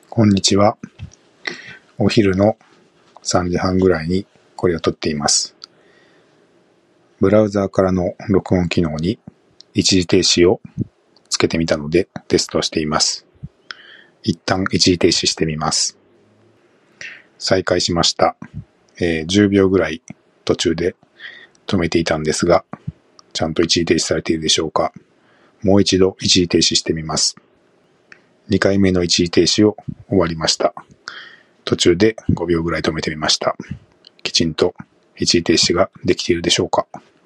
こんにちは。お昼の3時半ぐらいにこれを撮っています。ブラウザーからの録音機能に一時停止をつけてみたのでテストしています。一旦一時停止してみます。再開しました。10秒ぐらい途中で止めていたんですが、ちゃんと一時停止されているでしょうか。もう一度一時停止してみます。2回目の一時停止を終わりました。途中で5秒ぐらい止めてみました。きちんと一時停止ができているでしょうか。